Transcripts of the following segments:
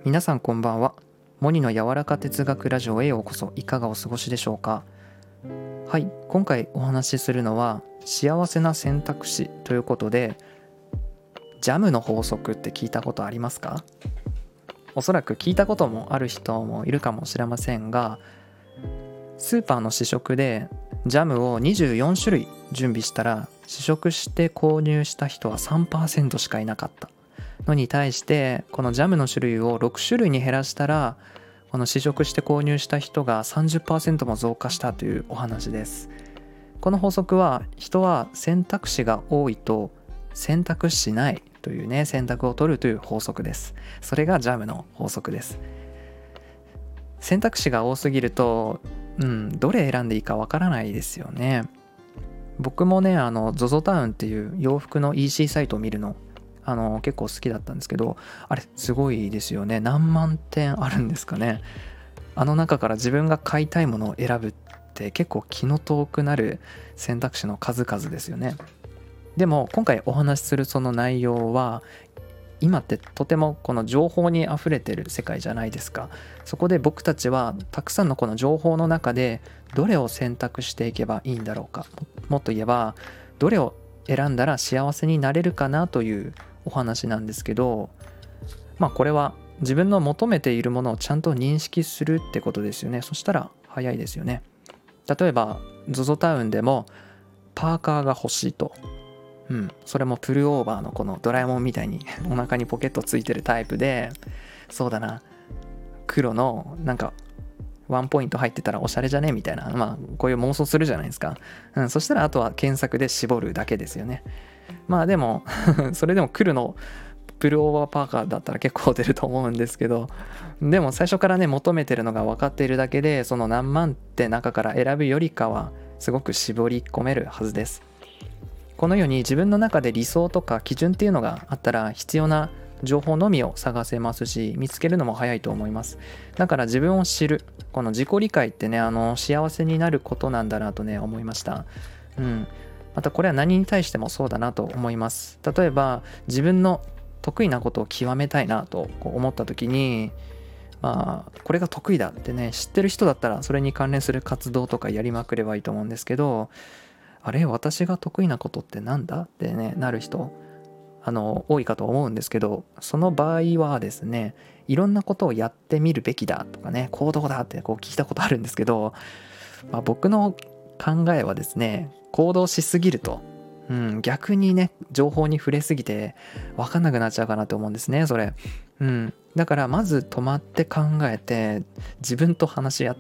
皆さんこんばんは。モニの柔らか哲学ラジオへようこそ。いかがお過ごしでしょうか。はい、今回お話しするのは幸せな選択肢ということで、ジャムの法則って聞いたことありますか？おそらく聞いたこともある人もいるかもしれませんが、スーパーの試食でジャムを24種類準備したら、試食して購入した人は 3% しかいなかったのに対して、このジャムの種類を6種類に減らしたら、この試食して購入した人が 30% も増加したというお話です。この法則は、人は選択肢が多いと選択しないというね、選択を取るという法則です。それがジャムの法則です。選択肢が多すぎると、どれ選んでいいかわからないですよね。僕もね、ZOZO タウンっていう洋服の EC サイトを見るの結構好きだったんですけど、あれすごいですよね。何万点あるんですかね。あの中から自分が買いたいものを選ぶって結構気の遠くなる選択肢の数々ですよね。でも今回お話しするその内容は、今ってとてもこの情報にあふれてる世界じゃないですか。そこで僕たちはたくさんのこの情報の中でどれを選択していけばいいんだろうか。もっと言えば、どれを選んだら幸せになれるかなというお話なんですけど、これは自分の求めているものをちゃんと認識するってことですよね。そしたら早いですよね。例えば ZOZO タウンでもパーカーが欲しいと、それもプルオーバーのこのドラえもんみたいにお腹にポケットついてるタイプで、そうだな、黒のなんかワンポイント入ってたらおしゃれじゃねみたいな、こういう妄想するじゃないですか。そしたらあとは検索で絞るだけですよね。でもそれでも黒のプルオーバーパーカーだったら結構出ると思うんですけど、でも最初からね求めてるのが分かっているだけで、その何万って中から選ぶよりかはすごく絞り込めるはずです。このように自分の中で理想とか基準っていうのがあったら、必要な情報のみを探せますし、見つけるのも早いと思います。だから自分を知る、この自己理解ってね、幸せになることなんだなとね思いました。またこれは何に対してもそうだなと思います。例えば自分の得意なことを極めたいなと思った時に、これが得意だってね知ってる人だったら、それに関連する活動とかやりまくればいいと思うんですけど、あれ私が得意なことってなんだってねなる人多いかと思うんですけど、その場合はですね、いろんなことをやってみるべきだとかね、行動だって聞いたことあるんですけど、僕の考えはですね、行動しすぎると、逆にね情報に触れすぎて分かんなくなっちゃうかなと思うんですね、それ。だからまず止まって考えて、自分と話し合って、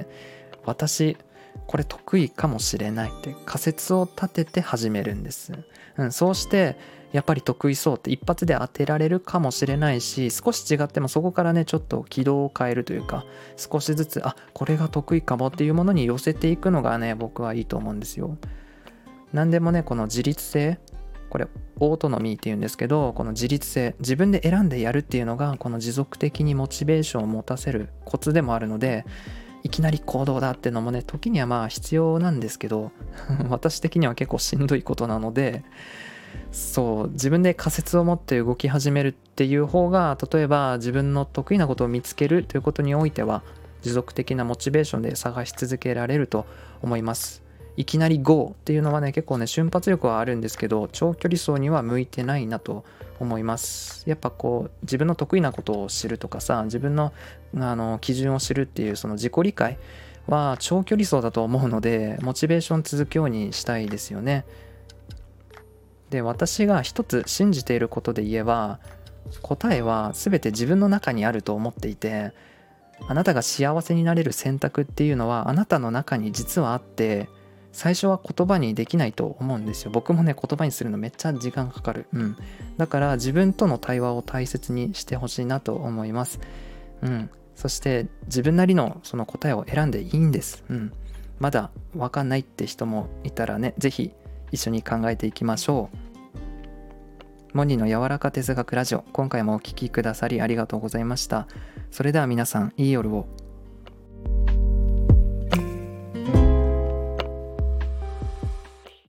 私これ得意かもしれないって仮説を立てて始めるんです。そうしてやっぱり得意そうって一発で当てられるかもしれないし、少し違ってもそこからねちょっと軌道を変えるというか、少しずつこれが得意かもっていうものに寄せていくのがね僕はいいと思うんですよ。何でもね、この自律性、これオートノミーっていうんですけど、この自律性、自分で選んでやるっていうのがこの持続的にモチベーションを持たせるコツでもあるので、いきなり行動だってのもね時には必要なんですけど私的には結構しんどいことなので、自分で仮説を持って動き始めるっていう方が、例えば自分の得意なことを見つけるということにおいては持続的なモチベーションで探し続けられると思います。いきなり GO っていうのはね結構ね瞬発力はあるんですけど、長距離走には向いてないなと思います。やっぱ自分の得意なことを知るとかさ、自分の基準を知るっていうその自己理解は長距離走だと思うので、モチベーション続くようにしたいですよね。で、私が一つ信じていることで言えば、答えは全て自分の中にあると思っていて、あなたが幸せになれる選択っていうのはあなたの中に実はあって、最初は言葉にできないと思うんですよ。僕もね言葉にするのめっちゃ時間かかる。だから自分との対話を大切にしてほしいなと思います。そして自分なりのその答えを選んでいいんです。まだ分かんないって人もいたらね、ぜひ一緒に考えていきましょう。モニの柔らか哲学ラジオ、今回もお聞きくださりありがとうございました。それでは皆さん、いい夜を。